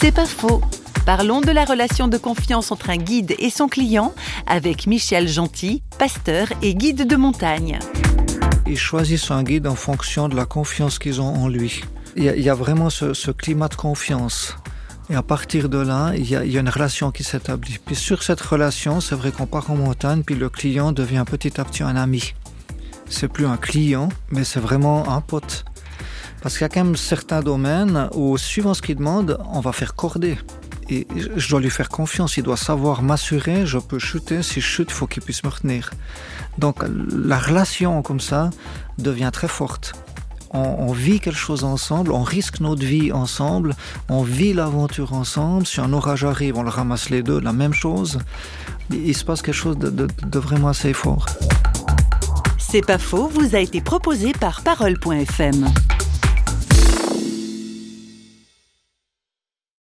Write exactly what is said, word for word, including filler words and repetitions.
C'est pas faux. Parlons de la relation de confiance entre un guide et son client avec Michel Gentil, pasteur et guide de montagne. Ils choisissent un guide en fonction de la confiance qu'ils ont en lui. Il y a, il y a vraiment ce, ce climat de confiance. Et à partir de là, il y, a, il y a une relation qui s'établit. Puis sur cette relation, c'est vrai qu'on part en montagne, puis le client devient petit à petit un ami. C'est plus un client, mais c'est vraiment un pote. Parce qu'il y a quand même certains domaines où, suivant ce qu'il demande, on va faire corder. Et je dois lui faire confiance, il doit savoir m'assurer, je peux chuter, si je chute, il faut qu'il puisse me retenir. Donc la relation comme ça devient très forte. On, on vit quelque chose ensemble, on risque notre vie ensemble, on vit l'aventure ensemble. Si un orage arrive, on le ramasse les deux, la même chose. Il se passe quelque chose de, de, de vraiment assez fort. C'est pas faux, vous a été proposé par parole point f m.